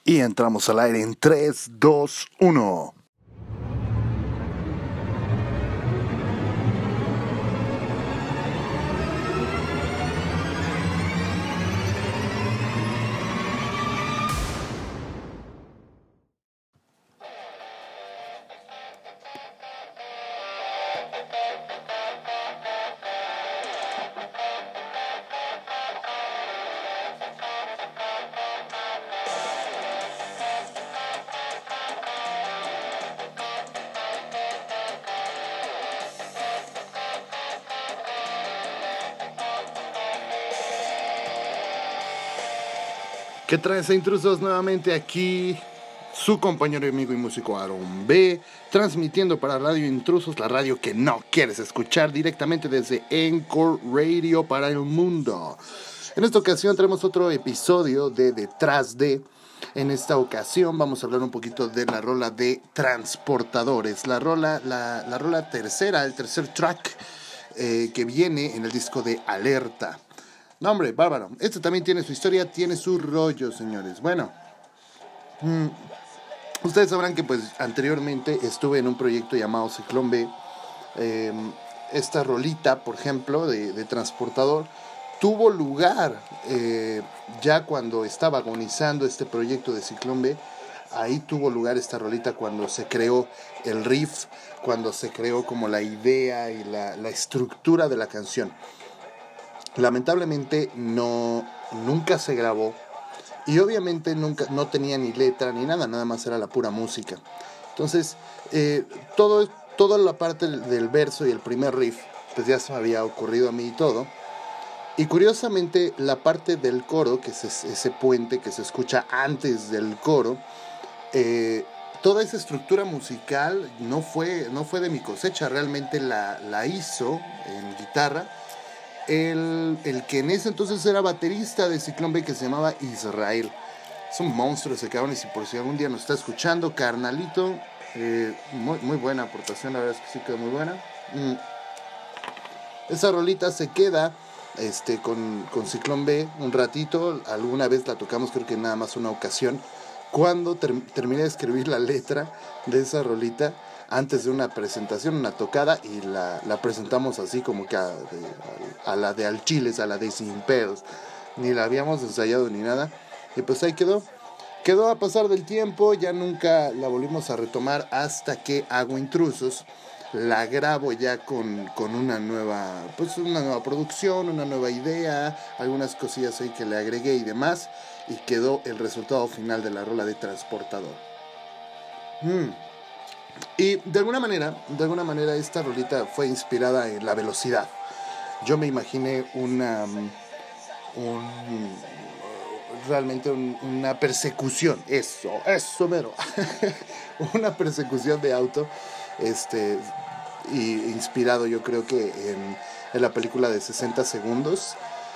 Y entramos al aire en 3, 2, 1. ¿Qué traes, intrusos? Nuevamente aquí su compañero y amigo y músico Aaron B, transmitiendo para Radio Intrusos, la radio que no quieres escuchar, directamente desde Anchor Radio para el mundo. En esta ocasión tenemos otro episodio de Detrás de. En esta ocasión vamos a hablar un poquito de la rola de Transportadores, la rola tercera, el tercer track que viene en el disco de Alerta. No, hombre, bárbaro. Este también tiene su historia, tiene su rollo, señores. Bueno, ustedes sabrán que pues anteriormente estuve en un proyecto llamado Ciclón B. Esta rolita, por ejemplo, de Transportador, tuvo lugar ya cuando estaba agonizando este proyecto de Ciclón B. Ahí tuvo lugar esta rolita cuando se creó el riff, cuando se creó como la idea y la estructura de la canción. Lamentablemente nunca se grabó y obviamente no tenía ni letra ni nada más era la pura música. Entonces toda la parte del verso y el primer riff pues ya se me había ocurrido a mí y todo. Y curiosamente la parte del coro, que es ese puente que se escucha antes del coro, toda esa estructura musical no fue de mi cosecha, realmente la hizo en guitarra el que en ese entonces era baterista de Ciclón B, que se llamaba Israel. Es un monstruo ese cabrón, y si por si algún día nos está escuchando, carnalito, muy buena aportación, la verdad es que sí quedó muy buena. Esa rolita se queda con Ciclón B un ratito, alguna vez la tocamos, creo que nada más una ocasión, cuando terminé de escribir la letra de esa rolita, antes de una presentación, una tocada, y la presentamos así como que a la de al chiles, a la de sin pedos. Ni la habíamos ensayado ni nada. Y pues ahí quedó. Quedó a pasar del tiempo, ya nunca la volvimos a retomar hasta que hago Intrusos. La grabo ya con una nueva producción, una nueva idea, algunas cosillas ahí que le agregué y demás. Y quedó el resultado final de la rola de Transportador. Y de alguna manera esta rolita fue inspirada en la velocidad. Yo me imaginé realmente una persecución, eso mero, una persecución de auto, y inspirado yo creo que en la película de 60 segundos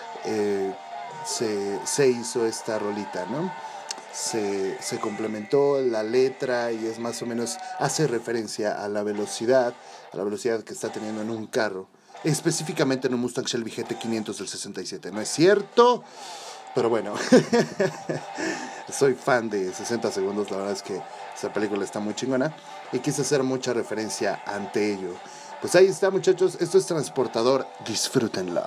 se hizo esta rolita, ¿no? Se complementó la letra y es más o menos, hace referencia a la velocidad que está teniendo en un carro, específicamente en un Mustang Shelby GT500 del 67. ¿No es cierto? Pero bueno, soy fan de 60 segundos, la verdad es que esa película está muy chingona y quise hacer mucha referencia ante ello. Pues ahí está, muchachos, esto es Transportador, disfrútenlo.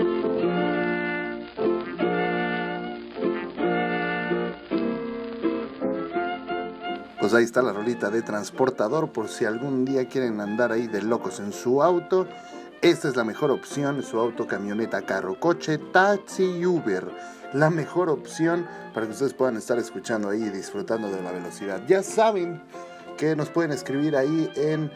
Pues ahí está la rolita de Transportador, por si algún día quieren andar ahí de locos en su auto. Esta es la mejor opción, su auto, camioneta, carro, coche, taxi y Uber. La mejor opción para que ustedes puedan estar escuchando ahí y disfrutando de la velocidad. Ya saben que nos pueden escribir ahí en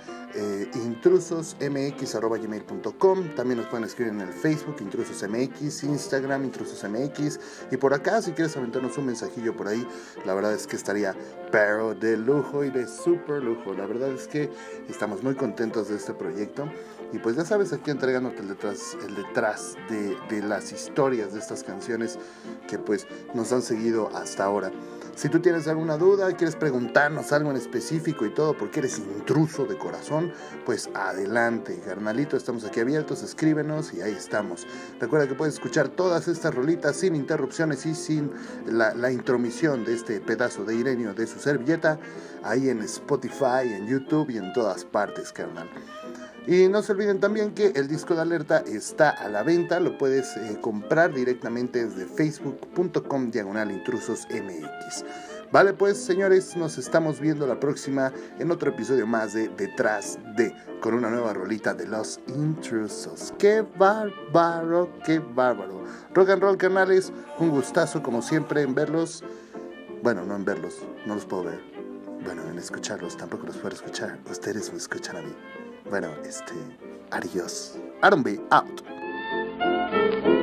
intrusosmx@gmail.com. También nos pueden escribir en el Facebook intrusosmx, Instagram intrusosmx, y por acá si quieres aventarnos un mensajillo por ahí, la verdad es que estaría pero de lujo y de super lujo. La verdad es que estamos muy contentos de este proyecto y pues ya sabes, aquí entregándote el detrás de las historias de estas canciones que pues nos han seguido hasta ahora. Si tú tienes alguna duda, quieres preguntarnos algo en específico y todo, porque eres intruso de corazón, pues adelante, carnalito, estamos aquí abiertos, escríbenos y ahí estamos. Recuerda que puedes escuchar todas estas rolitas sin interrupciones y sin la intromisión de este pedazo de Irenio de su servilleta, ahí en Spotify, en YouTube y en todas partes, carnal. Y no se olviden también que el disco de Alerta está a la venta, lo puedes comprar directamente desde facebook.com/intrusosmx. Vale, pues señores, nos estamos viendo la próxima en otro episodio más de Detrás de, con una nueva rolita de Los Intrusos. ¡Qué bárbaro, qué bárbaro! Rock and roll, carnales, un gustazo como siempre en verlos. Bueno, no en verlos, no los puedo ver. Bueno, en escucharlos, tampoco los puedo escuchar. Ustedes me escuchan a mí. Bueno, adiós. Aron B, out.